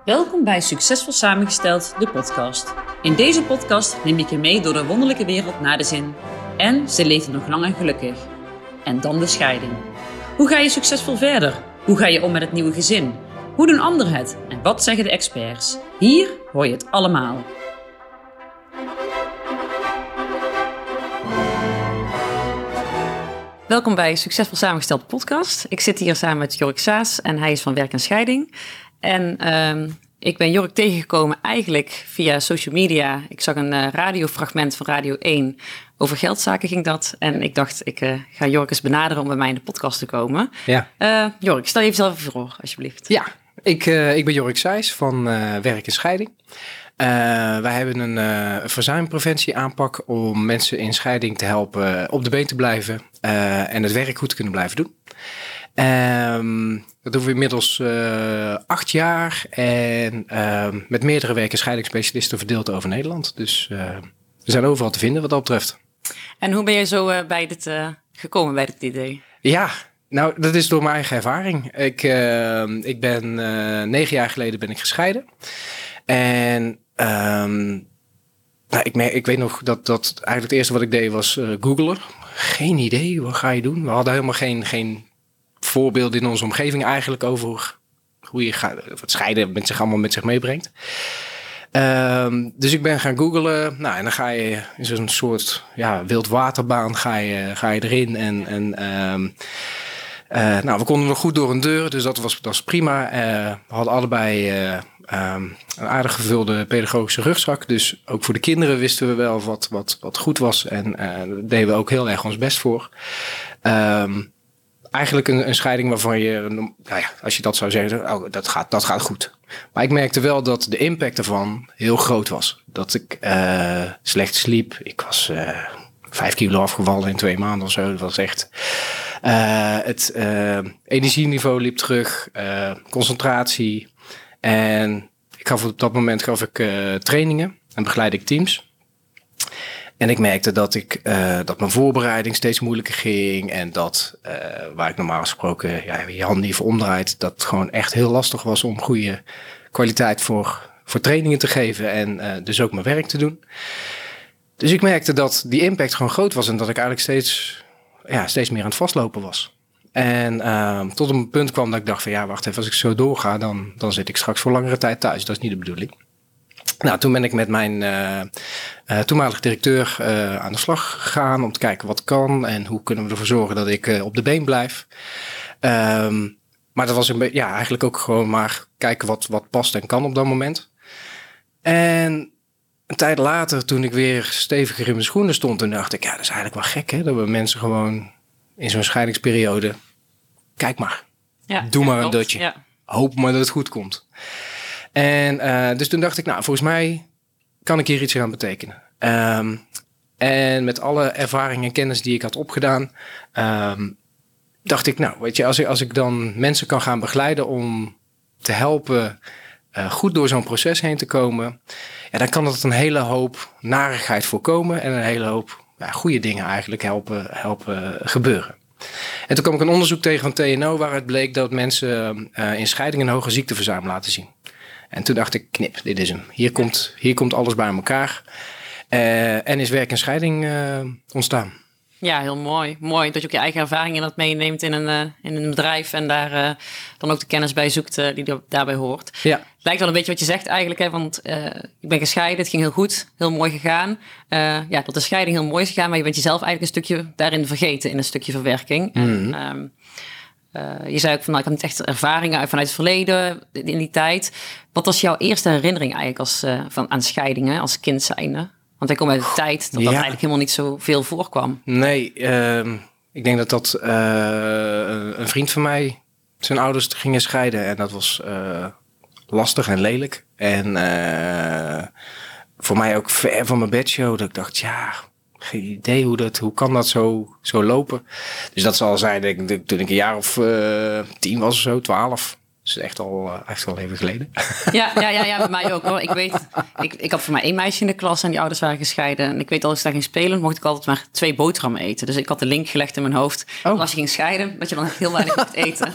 Welkom bij Succesvol Samengesteld, de podcast. In deze podcast neem ik je mee door de wonderlijke wereld naar de zin. En ze leefden nog lang en gelukkig. En dan de scheiding. Hoe ga je succesvol verder? Hoe ga je om met het nieuwe gezin? Hoe doen anderen het? En wat zeggen de experts? Hier hoor je het allemaal. Welkom bij Succesvol Samengesteld podcast. Ik zit hier samen met Jork Saas en hij is van Werk en Scheiding. En ik ben Jork tegengekomen eigenlijk via social media. Ik zag een radiofragment van Radio 1. Over geldzaken ging dat. En ik dacht, ik ga Jork eens benaderen om bij mij in de podcast te komen. Ja. Jork, stel je jezelf even voor, alsjeblieft. Ja, ik ben Jork Saas van Werk en Scheiding. Wij hebben een verzuimpreventie aanpak om mensen in scheiding te helpen op de been te blijven en het werk goed te kunnen blijven doen. Dat doen we inmiddels 8 jaar en met meerdere werk- en scheidingsspecialisten verdeeld over Nederland. Dus we zijn overal te vinden wat dat betreft. En hoe ben je zo bij dit gekomen, bij dit idee? Ja, nou dat is door mijn eigen ervaring. Ik ben 9 jaar geleden ben ik gescheiden. En ik weet nog dat eigenlijk het eerste wat ik deed was googlen. Geen idee, wat ga je doen? We hadden helemaal geen voorbeelden in onze omgeving eigenlijk over hoe je het scheiden met zich meebrengt. Dus ik ben gaan googlen. Nou, en dan ga je in zo'n soort wildwaterbaan ga je erin. Nou, we konden nog goed door een deur, dus dat was prima. We hadden allebei een aardig gevulde pedagogische rugzak. Dus ook voor de kinderen wisten we wel wat goed was. En daar deden we ook heel erg ons best voor. Eigenlijk een scheiding waarvan je, als je dat zou zeggen, dat gaat goed. Maar ik merkte wel dat de impact ervan heel groot was. Dat ik slecht sliep. Ik was 5 kilo afgevallen in 2 maanden of zo. Dat was echt... Het energieniveau liep terug, concentratie. En op dat moment gaf ik trainingen en begeleidde ik teams. En ik merkte dat mijn voorbereiding steeds moeilijker ging. En dat waar ik normaal gesproken je hand niet voor omdraait, dat het gewoon echt heel lastig was om goede kwaliteit voor trainingen te geven. En dus ook mijn werk te doen. Dus ik merkte dat die impact gewoon groot was en dat ik eigenlijk steeds meer aan het vastlopen was. En tot een punt kwam dat ik dacht van wacht even, als ik zo doorga, dan zit ik straks voor langere tijd thuis. Dat is niet de bedoeling. Nou, toen ben ik met mijn toenmalige directeur aan de slag gegaan om te kijken wat kan en hoe kunnen we ervoor zorgen dat ik op de been blijf. Maar dat was eigenlijk ook gewoon maar kijken wat past en kan op dat moment. En een tijd later, toen ik weer steviger in mijn schoenen stond, toen dacht ik, dat is eigenlijk wel gek, hè? Dat we mensen gewoon in zo'n scheidingsperiode, kijk maar, doe maar een dutje. Ja. Hoop maar dat het goed komt. En dus toen dacht ik, volgens mij kan ik hier iets aan betekenen. En met alle ervaring en kennis die ik had opgedaan, dacht ik, als ik dan mensen kan gaan begeleiden om te helpen goed door zo'n proces heen te komen, dan kan dat een hele hoop narigheid voorkomen en een hele hoop goede dingen eigenlijk helpen gebeuren. En toen kwam ik een onderzoek tegen van TNO waaruit bleek dat mensen in scheiding een hoge ziekteverzuim laten zien. En toen dacht ik, knip, dit is hem. Hier komt alles bij elkaar. En is Werk en Scheiding ontstaan. Ja, heel mooi. Mooi dat je ook je eigen ervaringen dat meeneemt in een bedrijf en daar dan ook de kennis bij zoekt die daarbij hoort. Ja. Het lijkt wel een beetje wat je zegt eigenlijk, hè, want ik ben gescheiden, het ging heel goed, heel mooi gegaan. Dat de scheiding heel mooi is gegaan, maar je bent jezelf eigenlijk een stukje daarin vergeten in een stukje verwerking. Mm-hmm. En, je zei ook van, ik had niet echt ervaringen vanuit het verleden in die tijd. Wat was jouw eerste herinnering eigenlijk aan scheidingen als kind zijnde? Want hij komt uit de tijd dat eigenlijk helemaal niet zo veel voorkwam. Nee, ik denk dat een vriend van mij, zijn ouders gingen scheiden. En dat was lastig en lelijk. En voor mij ook ver van mijn bedshow. Dat ik dacht, geen idee hoe kan dat zo lopen. Dus dat zal zijn, toen ik een jaar of 10 was of zo, 12... Dat is echt al even geleden. Ja, bij mij ook hoor. Ik had voor mij 1 meisje in de klas en die ouders waren gescheiden. En ik weet als ik daar ging spelen, mocht ik altijd maar 2 boterhammen eten. Dus ik had de link gelegd in mijn hoofd. Als je ging scheiden, dat je dan heel weinig mocht eten.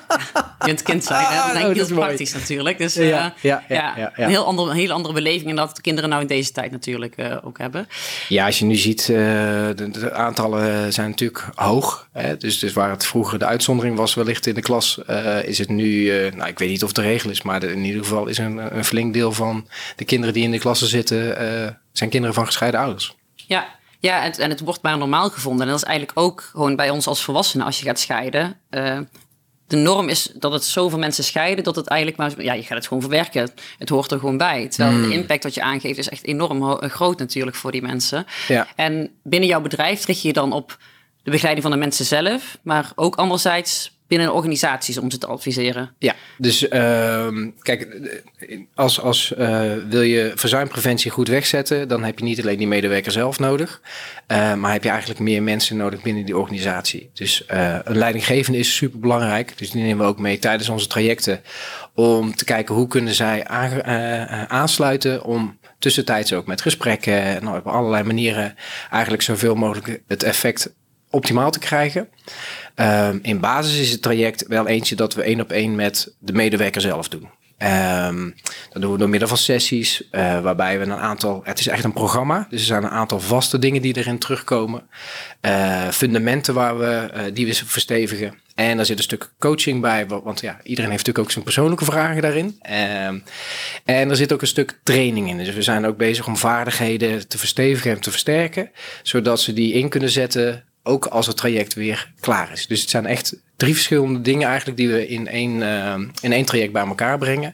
Je bent kind zijn, hè? Dat is heel praktisch natuurlijk. Dus een hele andere beleving. En dat de kinderen nou in deze tijd natuurlijk ook hebben. Ja, als je nu ziet, de aantallen zijn natuurlijk hoog. Hè? Dus waar het vroeger de uitzondering was wellicht in de klas, is het nu, ik weet niet of de regel is, maar in ieder geval is een flink deel van de kinderen die in de klassen zitten, zijn kinderen van gescheiden ouders. Ja, en het wordt maar normaal gevonden. En dat is eigenlijk ook gewoon bij ons als volwassenen als je gaat scheiden. De norm is dat het zoveel mensen scheiden, dat het eigenlijk maar... Ja, je gaat het gewoon verwerken. Het hoort er gewoon bij. Terwijl de impact wat je aangeeft is echt enorm groot natuurlijk voor die mensen. Ja. En binnen jouw bedrijf richt je je dan op de begeleiding van de mensen zelf, maar ook anderzijds binnen organisaties om ze te adviseren. Ja, dus kijk, als wil je verzuimpreventie goed wegzetten, dan heb je niet alleen die medewerker zelf nodig, maar heb je eigenlijk meer mensen nodig binnen die organisatie. Dus een leidinggevende is superbelangrijk. Dus die nemen we ook mee tijdens onze trajecten om te kijken hoe kunnen zij aansluiten om tussentijds ook met gesprekken en op allerlei manieren eigenlijk zoveel mogelijk het effect optimaal te krijgen. In basis is het traject wel eentje dat we 1-op-1 met de medewerker zelf doen. Dat doen we door middel van sessies, waarbij we een aantal... Het is echt een programma, dus er zijn een aantal vaste dingen die erin terugkomen. Fundamenten die we verstevigen. En daar zit een stuk coaching bij, want ja, iedereen heeft natuurlijk ook zijn persoonlijke vragen daarin. En er zit ook een stuk training in. Dus we zijn ook bezig om vaardigheden te verstevigen en te versterken, zodat ze die in kunnen zetten, ook als het traject weer klaar is. Dus het zijn echt 3 verschillende dingen eigenlijk die we in één traject bij elkaar brengen.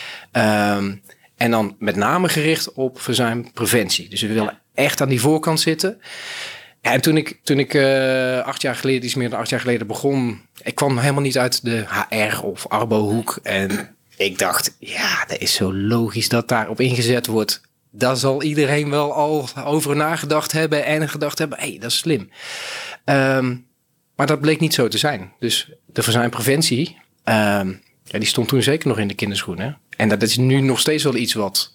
En dan met name gericht op verzuimpreventie. Dus we willen echt aan die voorkant zitten. Ja, en toen ik 8 jaar geleden, iets meer dan 8 jaar geleden begon, ik kwam helemaal niet uit de HR of Arbo-hoek. En ik dacht, ja, dat is zo logisch dat daarop ingezet wordt. Daar zal iedereen wel al over nagedacht hebben en gedacht hebben, hé, dat is slim. Maar dat bleek niet zo te zijn. Dus de verzuimpreventie, die stond toen zeker nog in de kinderschoenen. En dat is nu nog steeds wel iets wat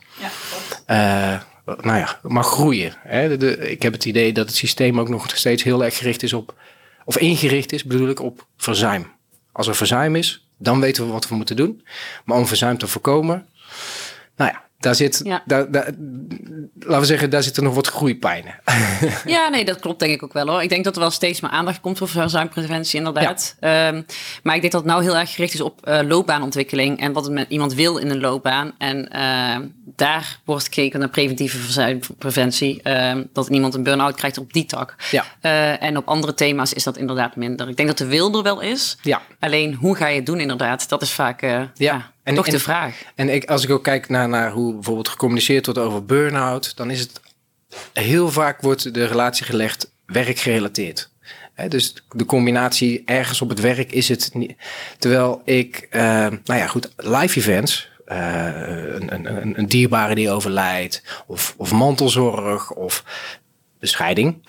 mag groeien. Hè? Ik heb het idee dat het systeem ook nog steeds heel erg gericht is op, of ingericht is, bedoel ik, op verzuim. Als er verzuim is, dan weten we wat we moeten doen. Maar om verzuim te voorkomen, laten we zeggen, daar zitten nog wat groeipijnen. Ja, nee, dat klopt denk ik ook wel hoor. Ik denk dat er wel steeds meer aandacht komt voor verzuimpreventie inderdaad. Ja. Maar ik denk dat het nou heel erg gericht is op loopbaanontwikkeling en wat het met iemand wil in een loopbaan. En daar wordt gekeken naar preventieve verzuimpreventie. Dat iemand een burn-out krijgt op die tak. Ja. En op andere thema's is dat inderdaad minder. Ik denk dat de wil er wel is. Ja. Alleen hoe ga je het doen inderdaad? Dat is vaak toch de vraag. En als ik ook kijk naar hoe bijvoorbeeld gecommuniceerd wordt over burn-out, dan is het heel vaak wordt de relatie gelegd werkgerelateerd. Dus de combinatie ergens op het werk is het niet. Terwijl ik, live events, een dierbare die overlijdt, of mantelzorg, of bescheiding.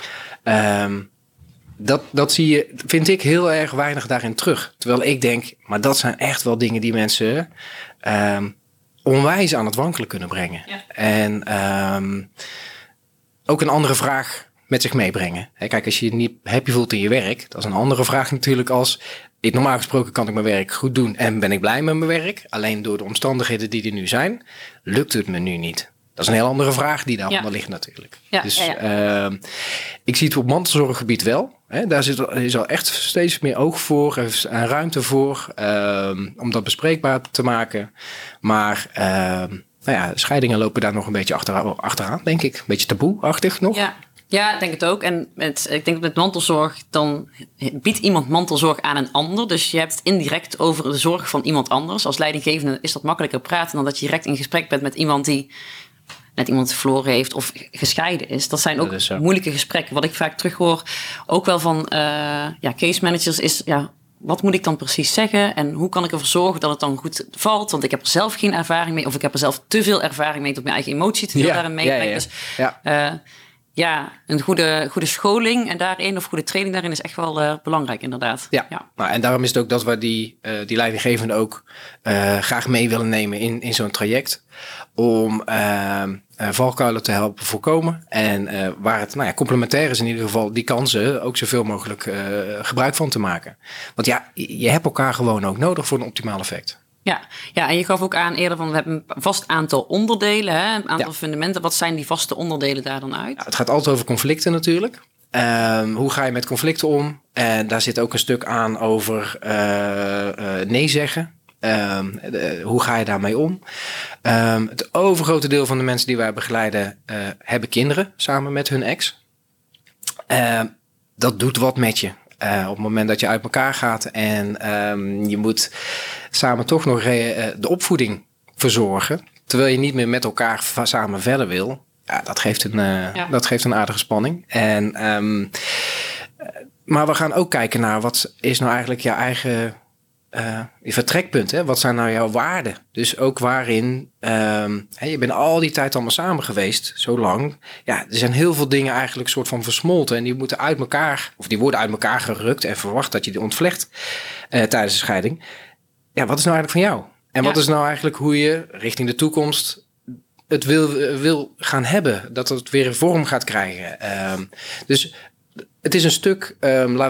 Dat zie je, vind ik, heel erg weinig daarin terug. Terwijl ik denk, maar dat zijn echt wel dingen die mensen onwijs aan het wankelen kunnen brengen. Ja. En ook een andere vraag met zich meebrengen. Kijk, als je je niet happy voelt in je werk, dat is een andere vraag natuurlijk als, normaal gesproken kan ik mijn werk goed doen en ben ik blij met mijn werk. Alleen door de omstandigheden die er nu zijn, lukt het me nu niet. Dat is een heel andere vraag die daaronder ligt natuurlijk. Ja, dus ik zie het op mantelzorggebied wel. Daar is al echt steeds meer oog voor en ruimte voor om dat bespreekbaar te maken. Maar scheidingen lopen daar nog een beetje achteraan, denk ik. Een beetje taboe-achtig nog. Ja, ik denk het ook. En ik denk dat met mantelzorg, dan biedt iemand mantelzorg aan een ander. Dus je hebt het indirect over de zorg van iemand anders. Als leidinggevende is dat makkelijker praten dan dat je direct in gesprek bent met iemand die net iemand verloren heeft of gescheiden is. Dat zijn ook moeilijke gesprekken. Wat ik vaak terughoor, ook wel van case managers, is wat moet ik dan precies zeggen? En hoe kan ik ervoor zorgen dat het dan goed valt? Want ik heb er zelf geen ervaring mee. Of ik heb er zelf te veel ervaring mee tot mijn eigen emotie te veel daarin meebrengen. Dus een goede scholing en daarin, of goede training daarin, is echt wel belangrijk inderdaad. Ja. Nou, en daarom is het ook dat we die leidinggevende ook graag mee willen nemen in zo'n traject. Om valkuilen te helpen voorkomen. En waar het complementair is in ieder geval, die kansen ook zoveel mogelijk gebruik van te maken. Want je hebt elkaar gewoon ook nodig voor een optimaal effect. Ja, en je gaf ook aan eerder van we hebben een vast aantal onderdelen, hè, een aantal fundamenten. Wat zijn die vaste onderdelen daar dan uit? Ja, het gaat altijd over conflicten natuurlijk. Hoe ga je met conflicten om? En daar zit ook een stuk aan over nee zeggen. Hoe ga je daarmee om? Het overgrote deel van de mensen die wij begeleiden hebben kinderen samen met hun ex. Dat doet wat met je. Op het moment dat je uit elkaar gaat en je moet samen toch nog de opvoeding verzorgen, terwijl je niet meer met elkaar samen verder wil. Ja, dat geeft een aardige spanning. Maar we gaan ook kijken naar wat is nou eigenlijk jouw eigen je vertrekpunt. Hè? Wat zijn nou jouw waarden? Dus ook waarin je bent al die tijd allemaal samen geweest, zo lang. Ja, er zijn heel veel dingen eigenlijk soort van versmolten en die moeten uit elkaar, of die worden uit elkaar gerukt en verwacht dat je die ontvlecht tijdens de scheiding. Ja, wat is nou eigenlijk van jou? En wat is nou eigenlijk hoe je richting de toekomst het wil gaan hebben? Dat het weer een vorm gaat krijgen. Dus het is een stuk, laten we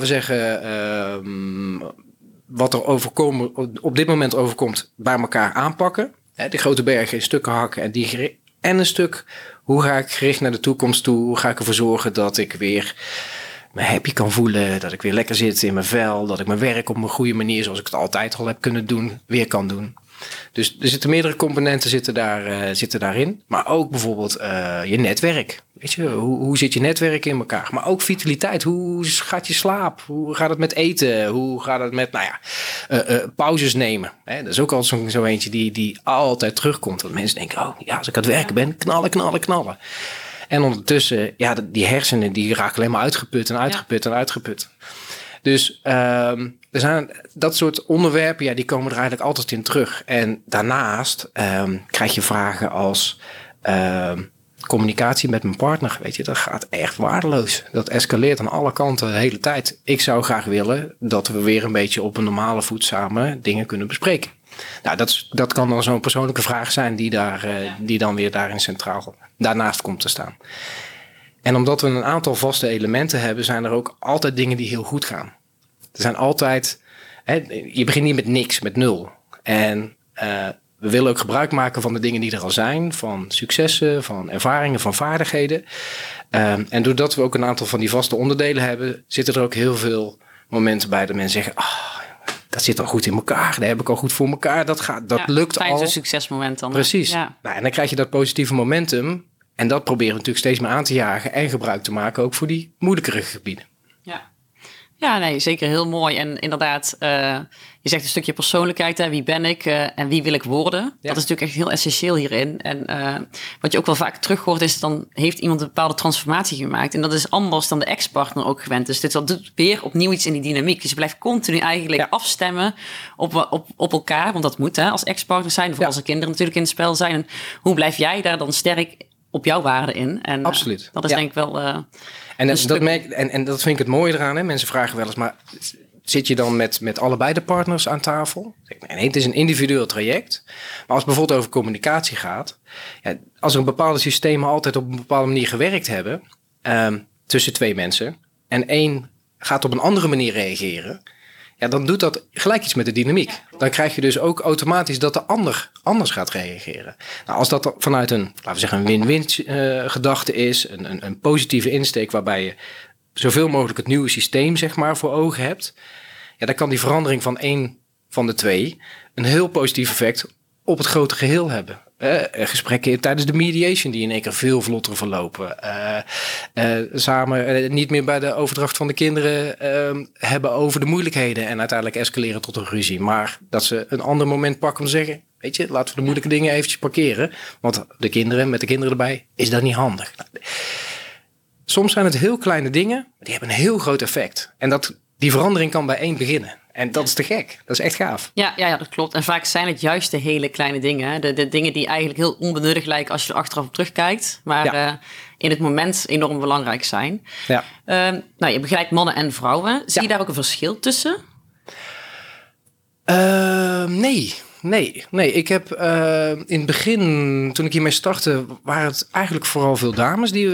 zeggen, wat er op dit moment overkomt, bij elkaar aanpakken. Die grote bergen in stukken hakken en een stuk, hoe ga ik gericht naar de toekomst toe? Hoe ga ik ervoor zorgen dat ik weer me happy kan voelen, dat ik weer lekker zit in mijn vel, dat ik mijn werk op een goede manier, zoals ik het altijd al heb kunnen doen, weer kan doen. Dus er zitten meerdere componenten zitten daarin. Maar ook bijvoorbeeld je netwerk. Weet je, hoe zit je netwerk in elkaar? Maar ook vitaliteit. Hoe gaat je slaap? Hoe gaat het met eten? Hoe gaat het met pauzes nemen? Hè, dat is ook altijd zo eentje die altijd terugkomt. Dat mensen denken, als ik aan het werken ben, knallen. En ondertussen, die hersenen die raken alleen maar uitgeput. Dus er zijn dat soort onderwerpen, die komen er eigenlijk altijd in terug. En daarnaast krijg je vragen als communicatie met mijn partner. Weet je, dat gaat echt waardeloos. Dat escaleert aan alle kanten de hele tijd. Ik zou graag willen dat we weer een beetje op een normale voet samen dingen kunnen bespreken. Nou, dat kan dan zo'n persoonlijke vraag zijn die dan weer daarin centraal daarnaast komt te staan. En omdat we een aantal vaste elementen hebben, zijn er ook altijd dingen die heel goed gaan. Er zijn altijd, je begint niet met niks, met nul. En we willen ook gebruik maken van de dingen die er al zijn, van successen, van ervaringen, van vaardigheden. En doordat we ook een aantal van die vaste onderdelen hebben, zitten er ook heel veel momenten bij dat mensen zeggen, dat zit al goed in elkaar, dat heb ik al goed voor elkaar, dat lukt al. Tijdens een succesmoment dan. Precies. Ja. Nou, en dan krijg je dat positieve momentum. En dat proberen we natuurlijk steeds meer aan te jagen en gebruik te maken ook voor die moeilijkere gebieden. Ja, nee, zeker heel mooi. En inderdaad, je zegt een stukje persoonlijkheid. Hè? Wie ben ik en wie wil ik worden? Ja. Dat is natuurlijk echt heel essentieel hierin. En wat je ook wel vaak terug hoort is, dan heeft iemand een bepaalde transformatie gemaakt. En dat is anders dan de ex-partner ook gewend is. Dus dat doet weer opnieuw iets in die dynamiek. Dus je blijft continu eigenlijk afstemmen op elkaar. Want dat moet als ex-partner zijn. Of als er kinderen natuurlijk in het spel zijn. En hoe blijf jij daar dan sterk op jouw waarde in? En, absoluut. Dat is denk ik wel... En dat vind ik het mooie eraan. Hè? Mensen vragen wel eens, maar zit je dan met allebei de partners aan tafel? Nee, het is een individueel traject. Maar als het bijvoorbeeld over communicatie gaat, als er een bepaalde systemen altijd op een bepaalde manier gewerkt hebben, tussen twee mensen, en één gaat op een andere manier reageren, dan doet dat gelijk iets met de dynamiek. Dan krijg je dus ook automatisch dat de ander anders gaat reageren. Nou, als dat vanuit een win-win gedachte is, een positieve insteek waarbij je zoveel mogelijk het nieuwe systeem voor ogen hebt, dan kan die verandering van één van de twee een heel positief effect op het grote geheel hebben. Gesprekken tijdens de mediation die in één keer veel vlotter verlopen. Samen niet meer bij de overdracht van de kinderen hebben over de moeilijkheden en uiteindelijk escaleren tot een ruzie. Maar dat ze een ander moment pakken om te zeggen, weet je, laten we de moeilijke dingen eventjes parkeren. Want met de kinderen erbij is dat niet handig. Soms zijn het heel kleine dingen, maar die hebben een heel groot effect. En die verandering kan bij één beginnen. En dat is te gek. Dat is echt gaaf. Ja, dat klopt. En vaak zijn het juist de hele kleine dingen. Hè? De dingen die eigenlijk heel onbenullig lijken als je er achteraf op terugkijkt. Maar in het moment enorm belangrijk zijn. Ja. Je begeleidt mannen en vrouwen. Zie je daar ook een verschil tussen? Nee. Ik heb in het begin, toen ik hiermee startte, waren het eigenlijk vooral veel dames die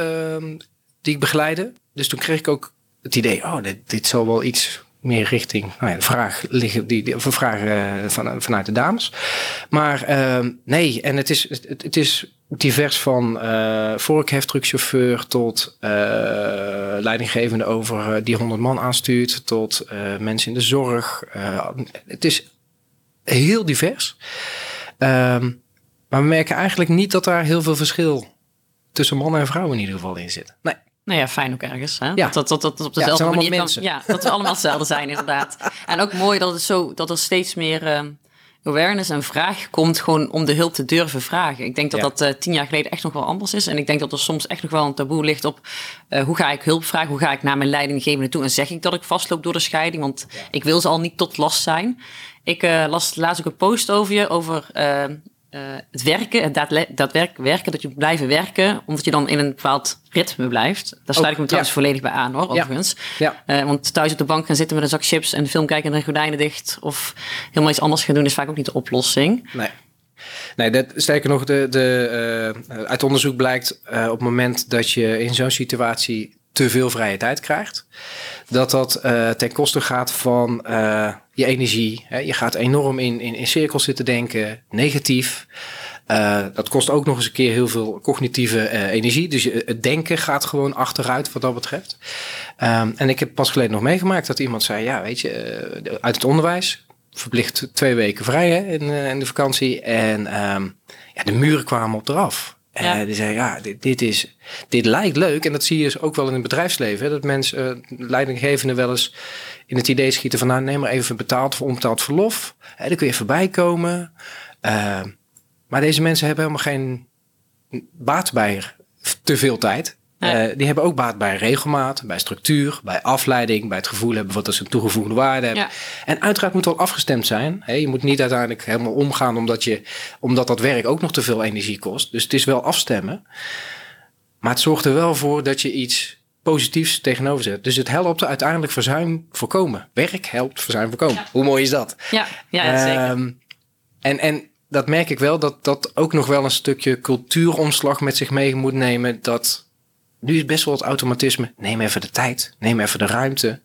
ik begeleidde. Dus toen kreeg ik ook het idee, dit zal wel iets meer richting de vraag liggen, die vragen vanuit de dames. Maar nee, en het is divers van vorkheftruckchauffeur tot leidinggevende over die 100 man aanstuurt, tot mensen in de zorg. Het is heel divers. Maar we merken eigenlijk niet dat daar heel veel verschil tussen mannen en vrouwen in ieder geval in zit. Nee. Nou ja, fijn ook ergens. Hè? Ja. Dat op dezelfde manier mensen. Dat we allemaal hetzelfde zijn inderdaad. En ook mooi dat er steeds meer awareness en vraag komt gewoon om de hulp te durven vragen. Ik denk dat 10 jaar geleden echt nog wel anders is. En ik denk dat er soms echt nog wel een taboe ligt op hoe ga ik hulp vragen? Hoe ga ik naar mijn leidinggevende toe? En zeg ik dat ik vastloop door de scheiding? Want ik wil ze al niet tot last zijn. Ik las laatst ook een post over je, over het werken, het daadwerkelijk werken, dat je moet blijven werken, omdat je dan in een bepaald ritme blijft. Daar sluit ik me trouwens volledig bij aan, hoor, overigens. Ja. Want thuis op de bank gaan zitten met een zak chips en film kijken en de gordijnen dicht of helemaal iets anders gaan doen is vaak ook niet de oplossing. Nee, sterker nog, uit onderzoek blijkt op het moment dat je in zo'n situatie te veel vrije tijd krijgt, dat ten koste gaat van je energie. Hè? Je gaat enorm in cirkels zitten denken, negatief. Dat kost ook nog eens een keer heel veel cognitieve energie. Dus het denken gaat gewoon achteruit wat dat betreft. En ik heb pas geleden nog meegemaakt dat iemand zei, uit het onderwijs, verplicht 2 weken vrij hè, in de vakantie. En de muren kwamen op eraf. En die zei, dit lijkt leuk. En dat zie je dus ook wel in het bedrijfsleven. Hè, dat mensen, leidinggevenden wel eens in het idee schieten van, neem maar even betaald of onbetaald verlof. Daar kun je even bij komen. Maar deze mensen hebben helemaal geen baat bij te veel tijd. Die hebben ook baat bij regelmaat, bij structuur, bij afleiding, bij het gevoel hebben wat ze een toegevoegde waarde hebben. Ja. En uiteraard moet wel afgestemd zijn. Je moet niet uiteindelijk helemaal omgaan omdat dat werk ook nog te veel energie kost. Dus het is wel afstemmen. Maar het zorgt er wel voor dat je iets positiefs tegenover zet. Dus het helpt uiteindelijk verzuim voorkomen. Werk helpt verzuim voorkomen. Ja. Hoe mooi is dat? Ja, zeker. En dat merk ik wel, dat ook nog wel een stukje cultuuromslag met zich mee moet nemen. Dat nu is best wel het automatisme. Neem even de tijd, neem even de ruimte.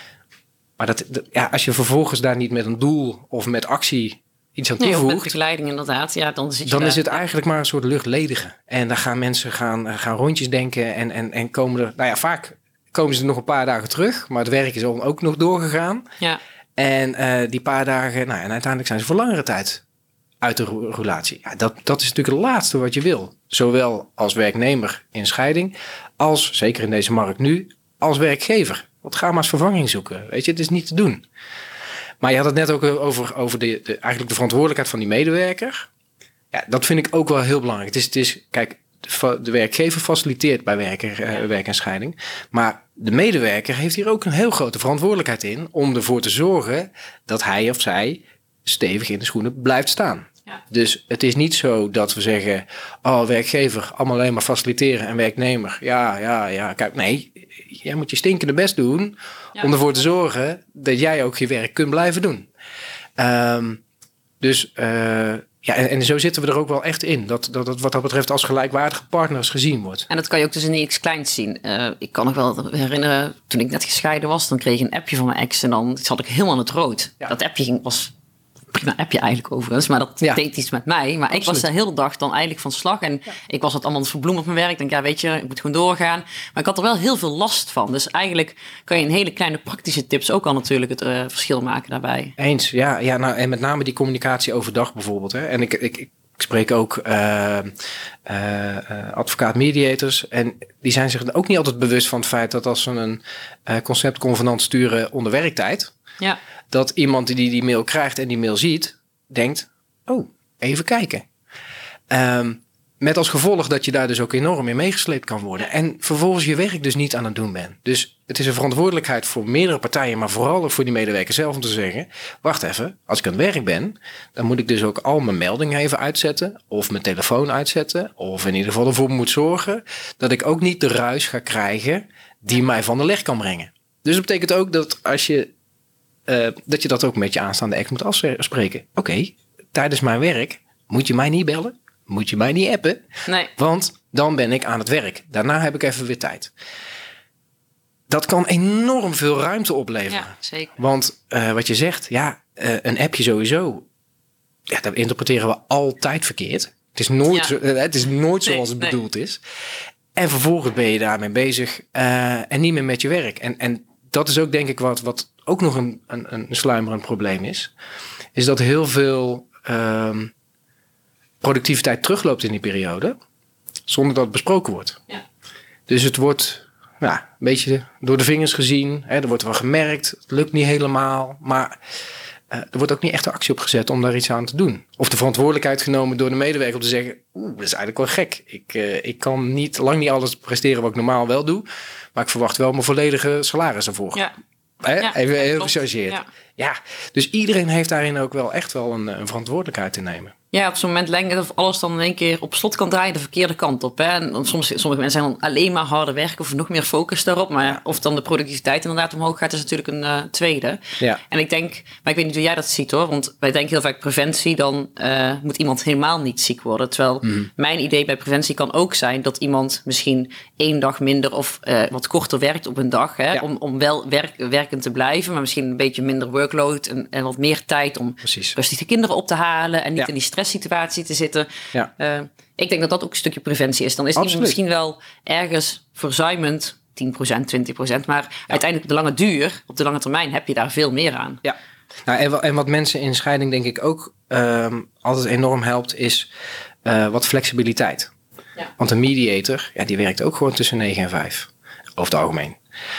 Maar als je vervolgens daar niet met een doel of met actie iets aan toevoegt. Of met begeleiding inderdaad. Ja, dan is het eigenlijk maar een soort luchtledige. En dan gaan mensen gaan rondjes denken en komen er. Vaak komen ze nog een paar dagen terug, maar het werk is ook nog doorgegaan. Ja. En die paar dagen, en uiteindelijk zijn ze voor langere tijd uit de relatie. Ja, dat is natuurlijk het laatste wat je wil. Zowel als werknemer in scheiding, als, zeker in deze markt nu, als werkgever. Want ga maar eens vervanging zoeken. Weet je, het is niet te doen. Maar je had het net ook over eigenlijk de verantwoordelijkheid van die medewerker. Ja, dat vind ik ook wel heel belangrijk. Het is kijk, de werkgever faciliteert bij werk en scheiding. Maar de medewerker heeft hier ook een heel grote verantwoordelijkheid in om ervoor te zorgen dat hij of zij stevig in de schoenen blijft staan. Ja. Dus het is niet zo dat we zeggen, werkgever, allemaal alleen maar faciliteren en werknemer. Ja. Kijk, nee, jij moet je stinkende best doen om ervoor te zorgen dat jij ook je werk kunt blijven doen. En zo zitten we er ook wel echt in. Dat wat dat betreft als gelijkwaardige partners gezien wordt. En dat kan je ook dus in iets kleins zien. Ik kan nog wel herinneren, toen ik net gescheiden was, dan kreeg ik een appje van mijn ex en dan zat ik helemaal in het rood. Ja. Dat appje was prima appje eigenlijk overigens, maar dat deed iets met mij. Maar absoluut. Ik was de hele dag dan eigenlijk van slag en ik was het allemaal verbloemd op mijn werk. Ik denk, weet je, ik moet gewoon doorgaan. Maar ik had er wel heel veel last van. Dus eigenlijk kan je in hele kleine praktische tips ook al natuurlijk het verschil maken daarbij. Eens, en met name die communicatie overdag bijvoorbeeld. Hè. En ik spreek ook advocaat-mediators en die zijn zich ook niet altijd bewust van het feit dat als ze een conceptconvenant sturen onder werktijd, dat iemand die mail krijgt en die mail ziet, denkt, even kijken. Met als gevolg dat je daar dus ook enorm in meegesleept kan worden. En vervolgens je werk dus niet aan het doen bent. Dus het is een verantwoordelijkheid voor meerdere partijen, maar vooral ook voor die medewerker zelf om te zeggen, wacht even, als ik aan het werk ben, dan moet ik dus ook al mijn meldingen even uitzetten, of mijn telefoon uitzetten, of in ieder geval ervoor moet zorgen dat ik ook niet de ruis ga krijgen die mij van de leg kan brengen. Dus dat betekent ook dat als je dat je dat ook met je aanstaande ex moet afspreken. Oké, tijdens mijn werk moet je mij niet bellen. Moet je mij niet appen, Nee. Want dan ben ik aan het werk. Daarna heb ik even weer tijd. Dat kan enorm veel ruimte opleveren. Ja, zeker. Want wat je zegt, een appje sowieso, dat interpreteren we altijd verkeerd. Het is nooit zoals het bedoeld is. En vervolgens ben je daarmee bezig en niet meer met je werk. En dat is ook denk ik wat ook nog een sluimerend probleem is. Is dat heel veel productiviteit terugloopt in die periode, zonder dat het besproken wordt. Ja. Dus het wordt een beetje door de vingers gezien. Hè, er wordt wel gemerkt, het lukt niet helemaal. Maar er wordt ook niet echt de actie op gezet om daar iets aan te doen. Of de verantwoordelijkheid genomen door de medewerker om te zeggen, dat is eigenlijk wel gek. Ik kan lang niet alles presteren wat ik normaal wel doe. Maar ik verwacht wel mijn volledige salaris ervoor. Ja. Even gechargeerd. Ja, dus iedereen heeft daarin ook wel echt wel een verantwoordelijkheid te nemen. Ja, op zo'n moment lijkt het of alles dan in één keer op slot kan draaien de verkeerde kant op. Hè? En sommige mensen zijn dan alleen maar harder werken of nog meer focus daarop. Maar of dan de productiviteit inderdaad omhoog gaat, is natuurlijk een tweede. Ja. En ik denk, maar ik weet niet hoe jij dat ziet hoor. Want wij denken heel vaak preventie, dan moet iemand helemaal niet ziek worden. Terwijl mijn idee bij preventie kan ook zijn dat iemand misschien 1 dag minder of wat korter werkt op een dag. Hè? Ja. Om wel werkend te blijven, maar misschien een beetje minder workload en wat meer tijd om rustig de kinderen op te halen en niet in die stresssituatie te zitten. Ja. Ik denk dat dat ook een stukje preventie is. Dan is iemand misschien wel ergens verzuimend 10%, 20%, maar uiteindelijk op de lange duur, op de lange termijn heb je daar veel meer aan. Ja. Nou, en wat mensen in scheiding denk ik ook altijd enorm helpt, is wat flexibiliteit. Ja. Want een mediator, die werkt ook gewoon tussen 9 en 5. Over het algemeen.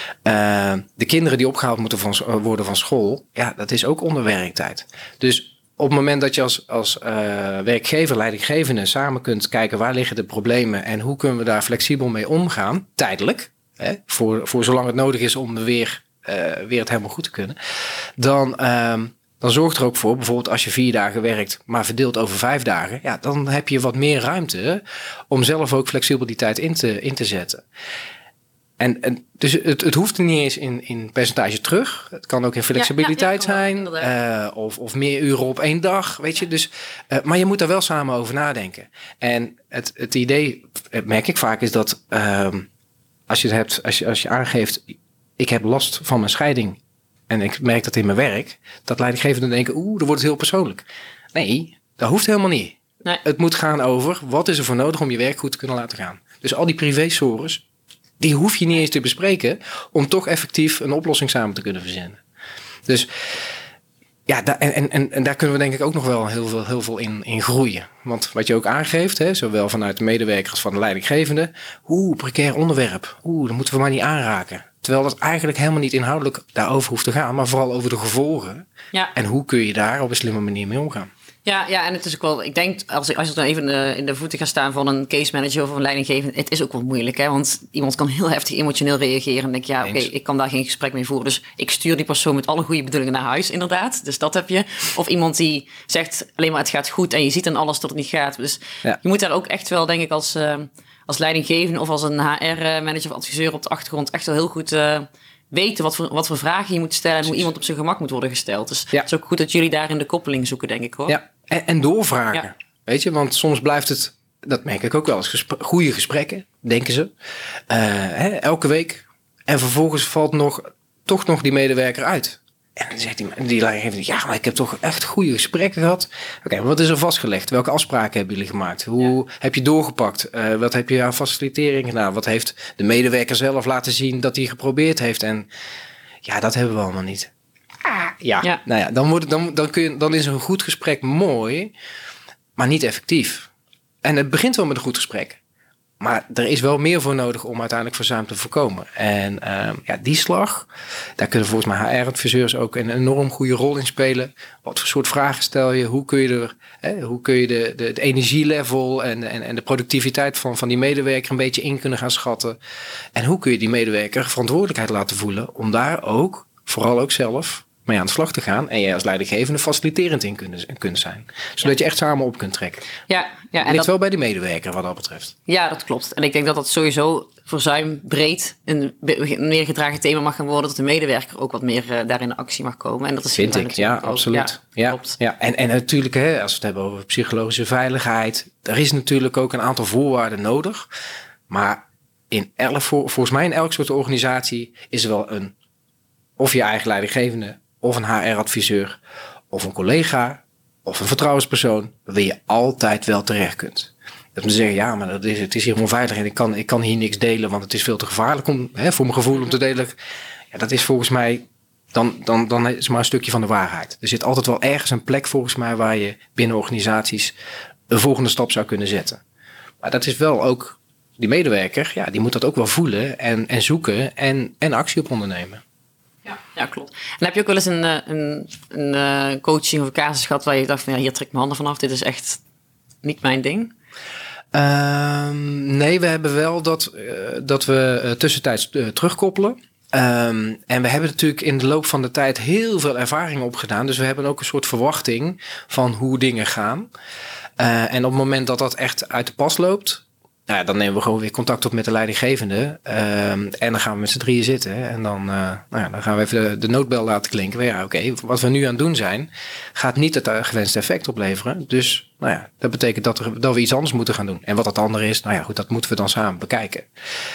De kinderen die opgehaald moeten worden van school, dat is ook onder werktijd. Dus op het moment dat je als werkgever, leidinggevende samen kunt kijken waar liggen de problemen en hoe kunnen we daar flexibel mee omgaan, tijdelijk, voor zolang het nodig is om weer het helemaal goed te kunnen, dan zorgt er ook voor, bijvoorbeeld als je 4 dagen werkt, maar verdeeld over 5 dagen, dan heb je wat meer ruimte om zelf ook flexibel die tijd in te zetten. En dus het hoeft er niet eens in percentage terug. Het kan ook in flexibiliteit zijn. Of meer uren op 1 dag. Weet je. Dus, maar je moet daar wel samen over nadenken. En het idee, merk ik vaak, is dat als je aangeeft, ik heb last van mijn scheiding. En ik merk dat in mijn werk. Dat leidinggevenden denken, dan wordt het heel persoonlijk. Nee, dat hoeft helemaal niet. Nee. Het moet gaan over, wat is er voor nodig om je werk goed te kunnen laten gaan. Dus al die privé-sores, die hoef je niet eens te bespreken om toch effectief een oplossing samen te kunnen verzinnen. Dus en daar kunnen we denk ik ook nog wel heel veel in groeien. Want wat je ook aangeeft, zowel vanuit de medewerker als van de leidinggevende, precair onderwerp, dat moeten we maar niet aanraken. Terwijl dat eigenlijk helemaal niet inhoudelijk daarover hoeft te gaan, maar vooral over de gevolgen. Ja. En hoe kun je daar op een slimme manier mee omgaan. Ja, en het is ook wel, ik denk, als ik dan even in de voeten ga staan van een case manager of een leidinggevende, het is ook wel moeilijk, hè? Want iemand kan heel heftig emotioneel reageren en denk oké, ik kan daar geen gesprek mee voeren. Dus ik stuur die persoon met alle goede bedoelingen naar huis, inderdaad. Dus dat heb je. Of iemand die zegt alleen maar het gaat goed en je ziet aan alles dat het niet gaat. Dus je moet daar ook echt wel, denk ik, als leidinggevende of als een HR-manager of adviseur op de achtergrond echt wel heel goed weten wat voor vragen je moet stellen en hoe iemand op zijn gemak moet worden gesteld. Dus het is ook goed dat jullie daarin de koppeling zoeken, denk ik hoor. Ja, en doorvragen. Ja. Weet je, want soms blijft het, dat merk ik ook wel eens, goede gesprekken, denken ze. Elke week. En vervolgens valt toch nog die medewerker uit. En dan zegt die leidinggevende, maar ik heb toch echt goede gesprekken gehad. Oké, maar wat is er vastgelegd? Welke afspraken hebben jullie gemaakt? Hoe heb je doorgepakt? Wat heb je aan facilitering gedaan? Wat heeft de medewerker zelf laten zien dat hij geprobeerd heeft? En dat hebben we allemaal niet. Dan is een goed gesprek mooi, maar niet effectief. En het begint wel met een goed gesprek. Maar er is wel meer voor nodig om uiteindelijk verzuim te voorkomen. En die slag, daar kunnen volgens mij HR-adviseurs ook een enorm goede rol in spelen. Wat voor soort vragen stel je? Hoe kun je de energielevel en de productiviteit van die medewerker een beetje in kunnen gaan schatten? En hoe kun je die medewerker verantwoordelijkheid laten voelen om daar ook, vooral ook zelf, mee aan de slag te gaan. En jij als leidinggevende faciliterend in kunt zijn. Zodat je echt samen op kunt trekken. Ja, en ligt wel bij de medewerker wat dat betreft. Ja, dat klopt. En ik denk dat dat sowieso verzuim breed een meer gedragen thema mag gaan worden. Dat de medewerker ook wat meer daarin in actie mag komen. En dat is vind ik, ja, absoluut. Ja, klopt. Ja. En natuurlijk, als we het hebben over psychologische veiligheid. Er is natuurlijk ook een aantal voorwaarden nodig. Maar volgens mij in elk soort organisatie is er wel of je eigen leidinggevende, of een HR-adviseur, of een collega, of een vertrouwenspersoon, waar je altijd wel terecht kunt. Dat moet zeggen, ja, maar het is hier onveilig en ik kan hier niks delen, want het is veel te gevaarlijk voor mijn gevoel om te delen. Ja, dat is volgens mij, dan is maar een stukje van de waarheid. Er zit altijd wel ergens een plek volgens mij waar je binnen organisaties een volgende stap zou kunnen zetten. Maar dat is wel ook, die medewerker, ja, die moet dat ook wel voelen en zoeken en actie op ondernemen. Ja, klopt. En heb je ook wel eens een coaching of een casus gehad waar je dacht van, ja, hier trek ik mijn handen vanaf, dit is echt niet mijn ding? Nee, we hebben wel dat we tussentijds terugkoppelen. En we hebben natuurlijk in de loop van de tijd heel veel ervaring opgedaan. Dus we hebben ook een soort verwachting van hoe dingen gaan. En op het moment dat dat echt uit de pas loopt, nou ja, dan nemen we gewoon weer contact op met de leidinggevende. En dan gaan we met z'n drieën zitten. En dan gaan we even de noodbel laten klinken. Ja, oké, wat we nu aan het doen zijn, gaat niet het gewenste effect opleveren. Dus nou ja, dat betekent dat we iets anders moeten gaan doen. En wat dat andere is, nou ja, goed, dat moeten we dan samen bekijken.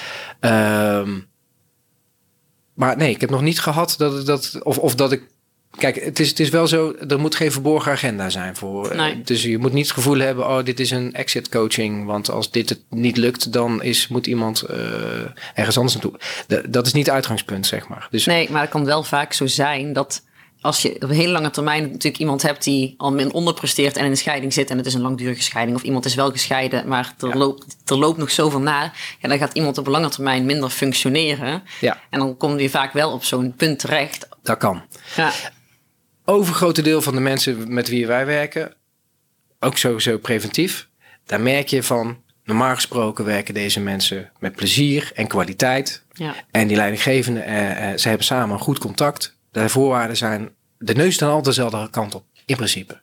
Maar nee, ik heb nog niet gehad dat ik. Kijk, het is wel zo, er moet geen verborgen agenda zijn voor. Nee. Dus je moet niet het gevoel hebben, dit is een exit coaching. Want als dit het niet lukt, dan moet iemand ergens anders naartoe. Dat is niet het uitgangspunt, zeg maar. Dus, nee, maar het kan wel vaak zo zijn dat als je op een hele lange termijn natuurlijk iemand hebt die al min onderpresteert en in een scheiding zit en het is een langdurige scheiding, of iemand is wel gescheiden, maar er loopt nog zoveel na, ja, dan gaat iemand op een lange termijn minder functioneren. Ja. En dan kom je vaak wel op zo'n punt terecht. Dat kan. Ja. Overgrote deel van de mensen met wie wij werken, ook sowieso preventief, daar merk je van, normaal gesproken werken deze mensen met plezier en kwaliteit. Ja. En die leidinggevenden, ze hebben samen een goed contact. De voorwaarden zijn, de neus staan altijd dezelfde kant op, in principe.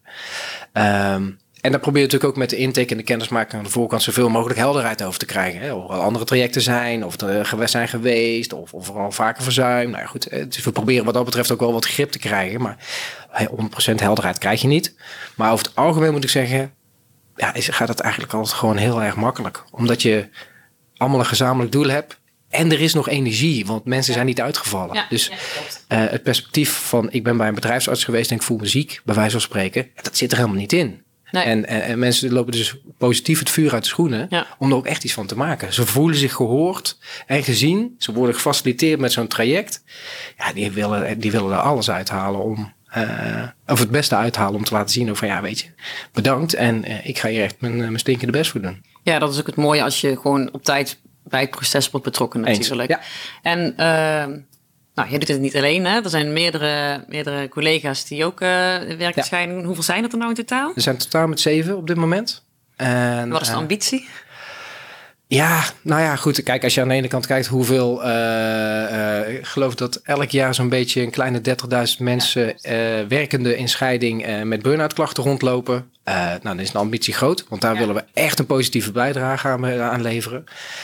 En dan probeer je natuurlijk ook met de intake en de kennismaking aan de voorkant zoveel mogelijk helderheid over te krijgen. Hè? Of er al andere trajecten zijn, of er zijn geweest, of er al vaker verzuim. Nou ja, goed, dus we proberen wat dat betreft ook wel wat grip te krijgen. Maar 100% helderheid krijg je niet. Maar over het algemeen moet ik zeggen, ja, gaat het eigenlijk altijd gewoon heel erg makkelijk. Omdat je allemaal een gezamenlijk doel hebt. En er is nog energie, want mensen zijn niet uitgevallen. Ja, dus het perspectief van, ik ben bij een bedrijfsarts geweest en ik voel me ziek, bij wijze van spreken, dat zit er helemaal niet in. Nee. En mensen lopen dus positief het vuur uit de schoenen om er ook echt iets van te maken. Ze voelen zich gehoord en gezien. Ze worden gefaciliteerd met zo'n traject. Ja, die willen er alles uithalen of het beste uithalen om te laten zien van, ja, weet je, bedankt. En ik ga hier echt mijn stinkende best voor doen. Ja, dat is ook het mooie als je gewoon op tijd bij het proces wordt betrokken natuurlijk. Ja. En nou, je doet het niet alleen, hè? Er zijn meerdere collega's die ook werkscheiding doen. Hoeveel zijn er nou in totaal? Er zijn totaal met 7 op dit moment. En wat is de ambitie? Ja, nou ja, goed. Kijk, als je aan de ene kant kijkt hoeveel... ik geloof dat elk jaar zo'n beetje een kleine 30.000 mensen werkende in scheiding met burn-out klachten rondlopen. Nou, dan is de ambitie groot, want daar willen we echt een positieve bijdrage aan leveren.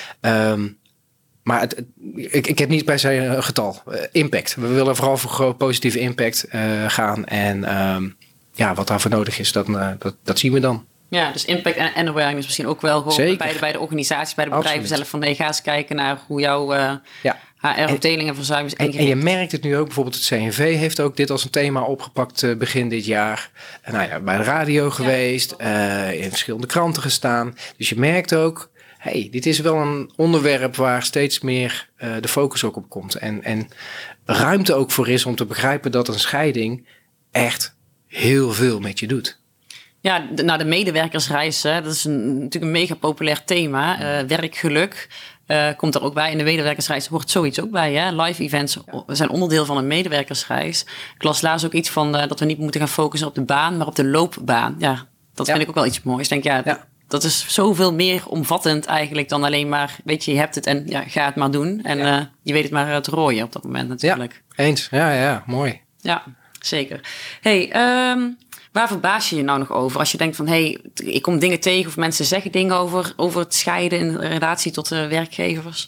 Maar ik heb niet per se een getal. Impact. We willen vooral voor positieve impact gaan. En wat daarvoor nodig is, dat zien we dan. Ja, dus impact en awareness misschien ook wel gewoon bij de organisaties, bij de bedrijven zelf. Van ga eens kijken naar hoe jouw HR-afdeling en verzuim is ingericht. En je merkt het nu ook, bijvoorbeeld het CNV heeft ook dit als een thema opgepakt begin dit jaar. Bij de radio geweest, in verschillende kranten gestaan. Dus je merkt ook, dit is wel een onderwerp waar steeds meer de focus ook op komt. En ruimte ook voor is om te begrijpen dat een scheiding echt heel veel met je doet. Ja, de medewerkersreis, hè, dat is natuurlijk een mega populair thema. Werkgeluk komt er ook bij. In de medewerkersreis hoort zoiets ook bij. Hè? Live events zijn onderdeel van een medewerkersreis. Ik las laatst ook iets van dat we niet moeten gaan focussen op de baan, maar op de loopbaan. Ja, dat vind ik ook wel iets moois. Ik denk, dat is zoveel meer omvattend eigenlijk dan alleen maar, weet je hebt het en ga het maar doen. En je weet het maar te rooien op dat moment natuurlijk. Ja, eens. Ja, mooi. Ja, zeker. Hey, waar verbaas je je nou nog over? Als je denkt van, ik kom dingen tegen of mensen zeggen dingen over het scheiden in relatie tot werkgevers.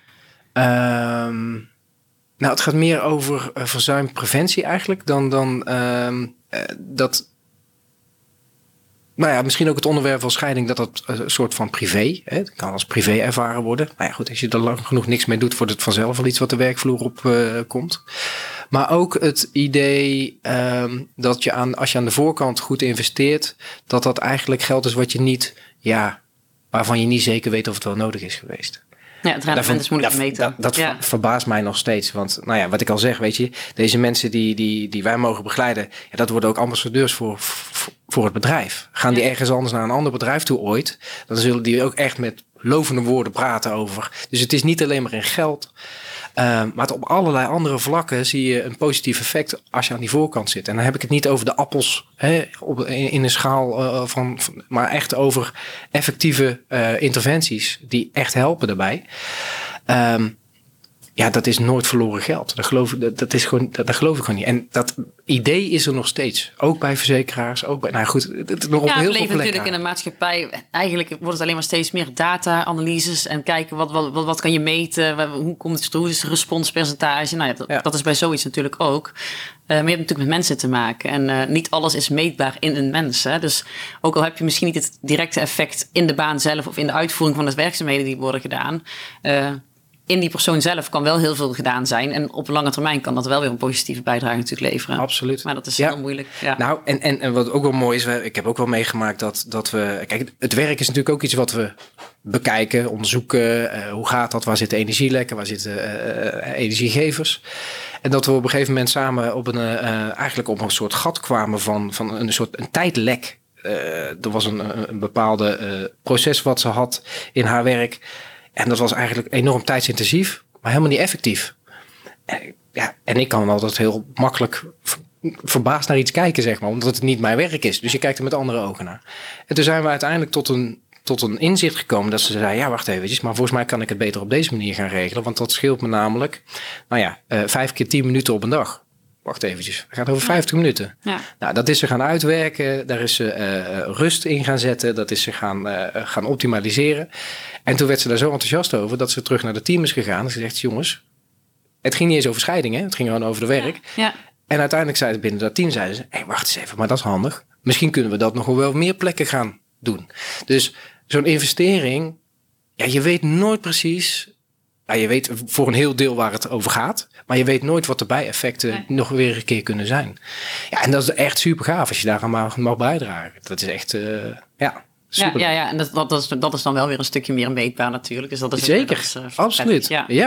Nou, het gaat meer over verzuimpreventie eigenlijk dan dat... Nou ja, misschien ook het onderwerp van scheiding, dat een soort van privé. Hè? Het kan als privé ervaren worden. Nou ja, goed, als je er lang genoeg niks mee doet, wordt het vanzelf wel iets wat de werkvloer op komt. Maar ook het idee dat je als je aan de voorkant goed investeert, dat eigenlijk geld is wat je niet, waarvan je niet zeker weet of het wel nodig is geweest. Ja, het rendement is moeilijk te meten. Dat verbaast mij nog steeds. Want wat ik al zeg, weet je, deze mensen die wij mogen begeleiden, dat worden ook ambassadeurs voor het bedrijf. Gaan die ergens anders naar een ander bedrijf toe ooit, dan zullen die ook echt met lovende woorden praten over. Dus het is niet alleen maar in geld. Maar op allerlei andere vlakken zie je een positief effect als je aan die voorkant zit. En dan heb ik het niet over de appels in een schaal maar echt over effectieve interventies die echt helpen daarbij. Dat is nooit verloren geld. Dat geloof ik gewoon niet. En dat idee is er nog steeds. Ook bij verzekeraars. Ook bij, nog op heel veel plekken. Het leven natuurlijk in een maatschappij. Eigenlijk wordt het alleen maar steeds meer data-analyses. En kijken wat kan je meten. Hoe is het responspercentage. Dat is bij zoiets natuurlijk ook. Maar je hebt natuurlijk met mensen te maken. En niet alles is meetbaar in een mens. Hè? Dus ook al heb je misschien niet het directe effect in de baan zelf. Of in de uitvoering van de werkzaamheden die worden gedaan. In die persoon zelf kan wel heel veel gedaan zijn. En op lange termijn kan dat wel weer een positieve bijdrage natuurlijk leveren. Absoluut. Maar dat is heel moeilijk. Ja. Nou, en wat ook wel mooi is, ik heb ook wel meegemaakt dat we... Kijk, het werk is natuurlijk ook iets wat we bekijken, onderzoeken. Hoe gaat dat? Waar zitten energielekken? Waar zitten energiegevers? En dat we op een gegeven moment samen eigenlijk op een soort gat kwamen van een tijdlek. Er was een bepaalde proces wat ze had in haar werk. En dat was eigenlijk enorm tijdsintensief, maar helemaal niet effectief. En ik kan altijd heel makkelijk verbaasd naar iets kijken, zeg maar, omdat het niet mijn werk is. Dus je kijkt er met andere ogen naar. En toen zijn we uiteindelijk tot een inzicht gekomen dat ze zei, wacht eventjes, maar volgens mij kan ik het beter op deze manier gaan regelen. Want dat scheelt me namelijk, 5 keer 10 minuten op een dag. Wacht eventjes, het gaat over 50 minuten. Ja. Nou, dat is ze gaan uitwerken, daar is ze rust in gaan zetten, dat is ze gaan optimaliseren. En toen werd ze daar zo enthousiast over dat ze terug naar het team is gegaan. En ze zegt, jongens, het ging niet eens over scheiding, hè? Het ging gewoon over de werk. Ja. En uiteindelijk zeiden binnen dat team, zeiden ze, wacht eens even, maar dat is handig. Misschien kunnen we dat nog wel meer plekken gaan doen. Dus zo'n investering, je weet nooit precies. Je weet voor een heel deel waar het over gaat. Maar je weet nooit wat de bijeffecten nog weer een keer kunnen zijn. Ja, en dat is echt super gaaf als je daar aan mag bijdragen. Dat is echt, super. Ja, en dat is dan wel weer een stukje meer meetbaar natuurlijk. Dus dat is zeker, absoluut.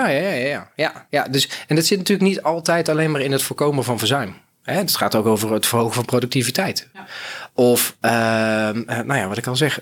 Ja. Dus, en dat zit natuurlijk niet altijd alleen maar in het voorkomen van verzuim. Het gaat ook over het verhogen van productiviteit. Ja. Of, wat ik al zeg,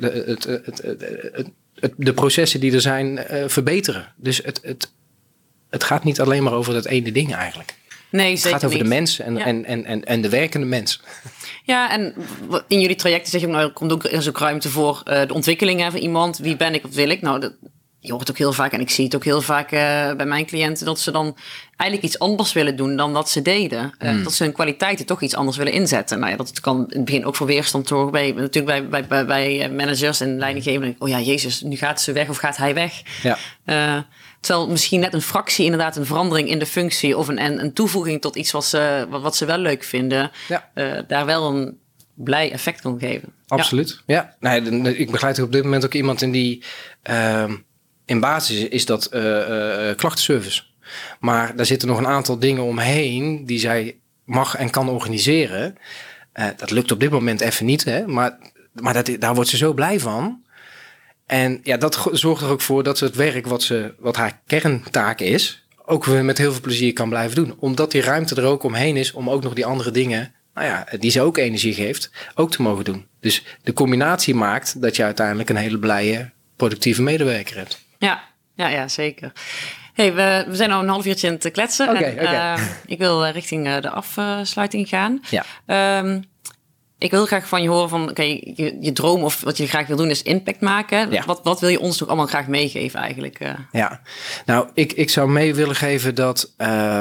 de processen die er zijn verbeteren. Dus het gaat niet alleen maar over dat ene ding eigenlijk. Nee, zeker het gaat over niet. de mens en de werkende mens. Ja, en in jullie trajecten zeg je, er komt ook eens ook ruimte voor de ontwikkeling van iemand. Wie ben ik, wat wil ik? Nou, je hoort ook heel vaak, en ik zie het ook heel vaak bij mijn cliënten, dat ze dan eigenlijk iets anders willen doen dan wat ze deden. Dat ze hun kwaliteiten toch iets anders willen inzetten. Nou ja, dat kan in het begin ook voor weerstand zorgen. Natuurlijk bij managers en leidinggevenden. Oh ja, jezus, nu gaat ze weg of gaat hij weg. Ja. Terwijl misschien net een fractie inderdaad een verandering in de functie of een toevoeging tot iets wat ze wel leuk vinden, daar wel een blij effect kan geven. Absoluut. Ja. Nee, ik begeleid op dit moment ook iemand in die in basis is dat klachtenservice. Maar daar zitten nog een aantal dingen omheen die zij mag en kan organiseren. Dat lukt op dit moment even niet, hè? Maar daar wordt ze zo blij van. En dat zorgt er ook voor dat ze het werk wat haar kerntaak is, ook weer met heel veel plezier kan blijven doen. Omdat die ruimte er ook omheen is om ook nog die andere dingen die ze ook energie geeft, ook te mogen doen. Dus de combinatie maakt dat je uiteindelijk een hele blije, productieve medewerker hebt. Ja, zeker. Hey, we zijn al een half uurtje aan het kletsen. Oké. Ik wil richting de afsluiting gaan. Ja. Ik wil graag van je horen van, je droom of wat je graag wil doen is impact maken. Ja. Wat wil je ons toch allemaal graag meegeven eigenlijk? Ja, nou, ik zou mee willen geven dat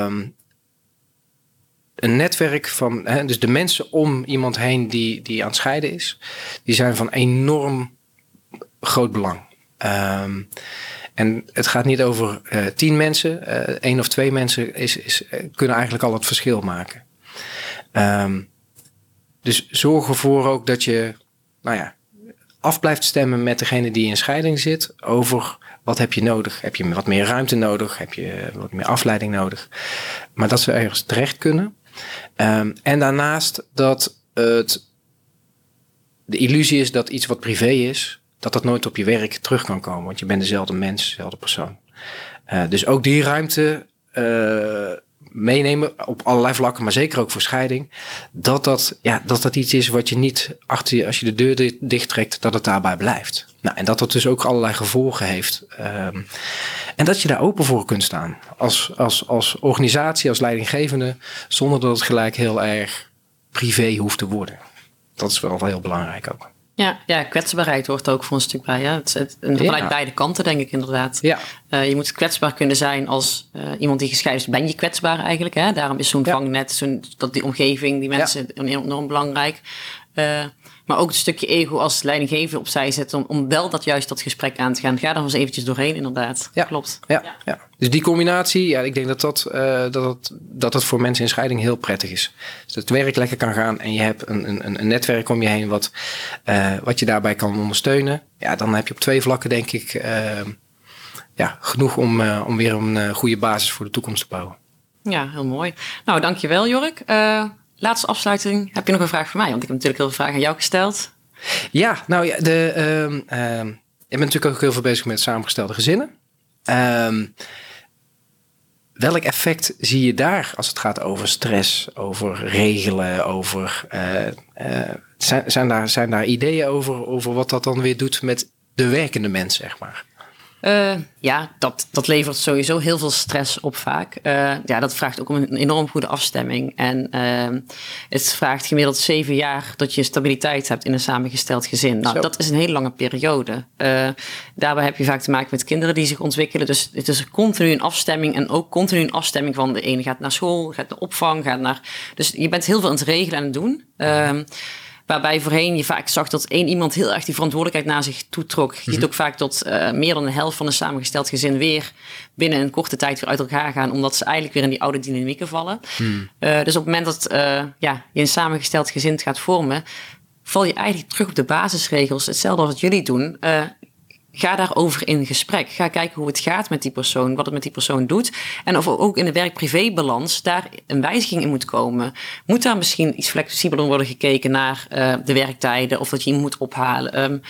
een netwerk van, dus de mensen om iemand heen die aan het scheiden is, die zijn van enorm groot belang. En het gaat niet over 10 mensen. 1 of 2 mensen kunnen eigenlijk al het verschil maken. Dus zorg ervoor ook dat je af blijft stemmen met degene die in scheiding zit over wat heb je nodig. Heb je wat meer ruimte nodig? Heb je wat meer afleiding nodig? Maar dat ze ergens terecht kunnen. En daarnaast dat het de illusie is dat iets wat privé is, dat nooit op je werk terug kan komen. Want je bent dezelfde mens, dezelfde persoon. Dus ook die ruimte meenemen op allerlei vlakken, maar zeker ook voor scheiding. Dat iets is wat je niet achter je, als je de deur dicht trekt, dat het daarbij blijft. Nou, en dat dat dus ook allerlei gevolgen heeft. En dat je daar open voor kunt staan. Als organisatie, als leidinggevende, zonder dat het gelijk heel erg privé hoeft te worden. Dat is wel heel belangrijk ook. Ja, kwetsbaarheid hoort er ook voor een stuk bij. Hè? Vanuit beide kanten denk ik inderdaad. Ja. Je moet kwetsbaar kunnen zijn als iemand die gescheiden is. Ben je kwetsbaar eigenlijk? Hè? Daarom is zo'n vangnet, die omgeving, die mensen enorm belangrijk. Maar ook een stukje ego als leidinggever opzij zetten om wel dat gesprek aan te gaan. Ga er eens eventjes doorheen inderdaad. Ja. Klopt. Ja. Dus die combinatie, ik denk dat het voor mensen in scheiding heel prettig is. Dus dat het werk lekker kan gaan en je hebt een netwerk om je heen wat je daarbij kan ondersteunen. Ja, dan heb je op 2 vlakken denk ik genoeg om weer een goede basis voor de toekomst te bouwen. Ja, heel mooi. Nou, dankjewel Jork. Laatste afsluiting. Heb je nog een vraag voor mij? Want ik heb natuurlijk heel veel vragen aan jou gesteld. Ja, nou ja, je bent natuurlijk ook heel veel bezig met samengestelde gezinnen. Welk effect zie je daar als het gaat over stress, over regelen, over... zijn daar ideeën over wat dat dan weer doet met de werkende mens, zeg maar? Dat levert sowieso heel veel stress op vaak. Dat vraagt ook om een enorm goede afstemming. En het vraagt gemiddeld 7 jaar dat je stabiliteit hebt in een samengesteld gezin. Nou, dat is een hele lange periode. Daarbij heb je vaak te maken met kinderen die zich ontwikkelen. Dus het is continu een afstemming en ook continu een afstemming van de ene gaat naar school, gaat naar opvang, Dus je bent heel veel aan het regelen en het doen. Waarbij voorheen je vaak zag dat 1 iemand heel erg die verantwoordelijkheid naar zich toe trok. Je ziet ook vaak dat meer dan de helft van een samengesteld gezin weer binnen een korte tijd weer uit elkaar gaan. Omdat ze eigenlijk weer in die oude dynamieken vallen. Dus op het moment dat je een samengesteld gezin gaat vormen, val je eigenlijk terug op de basisregels. Hetzelfde als wat jullie doen. Ga daarover in gesprek. Ga kijken hoe het gaat met die persoon, wat het met die persoon doet. En of ook in de werk-privé-balans daar een wijziging in moet komen. Moet daar misschien iets flexibeler worden gekeken naar de werktijden of dat je iemand moet ophalen.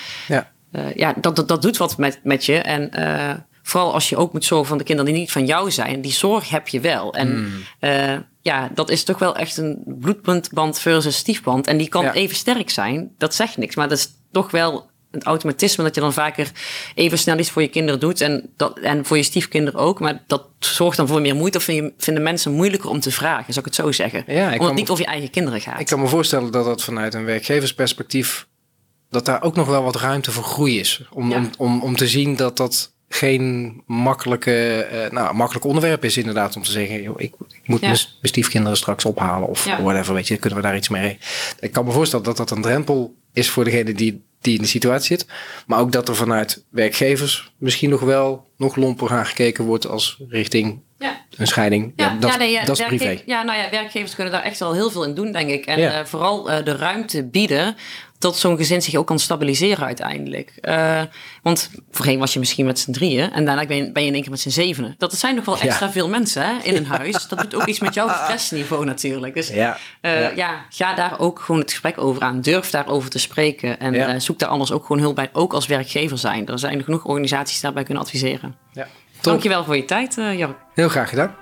Dat doet wat met je. En vooral als je ook moet zorgen van de kinderen die niet van jou zijn. Die zorg heb je wel. En dat is toch wel echt een bloedband versus stiefband. En die kan even sterk zijn. Dat zegt niks. Maar dat is toch wel het automatisme dat je dan vaker even snel iets voor je kinderen doet en voor je stiefkinderen ook. Maar dat zorgt dan voor meer moeite of vinden mensen moeilijker om te vragen, zou ik het zo zeggen. Omdat het niet over je eigen kinderen gaat. Ik kan me voorstellen dat dat vanuit een werkgeversperspectief, dat daar ook nog wel wat ruimte voor groei is. Om te zien dat geen makkelijk onderwerp is inderdaad om te zeggen, joh, ik moet mijn stiefkinderen straks ophalen of whatever, weet je, kunnen we daar iets mee. Ik kan me voorstellen dat dat een drempel is voor degene die in de situatie zit. Maar ook dat er vanuit werkgevers misschien nog lomper gaan gekeken wordt als richting een scheiding. Dat is privé. Werkgevers kunnen daar echt wel heel veel in doen, denk ik. En vooral de ruimte bieden dat zo'n gezin zich ook kan stabiliseren uiteindelijk. Want voorheen was je misschien met z'n 3 en daarna ben je in één keer met z'n 7. Dat zijn nog wel extra veel mensen in een huis. Dat doet ook iets met jouw stressniveau natuurlijk. Dus ga daar ook gewoon het gesprek over aan. Durf daarover te spreken. En zoek daar anders ook gewoon hulp bij. Ook als werkgever zijn. Er zijn genoeg organisaties die daarbij kunnen adviseren. Ja. Dankjewel voor je tijd, Jork. Heel graag gedaan.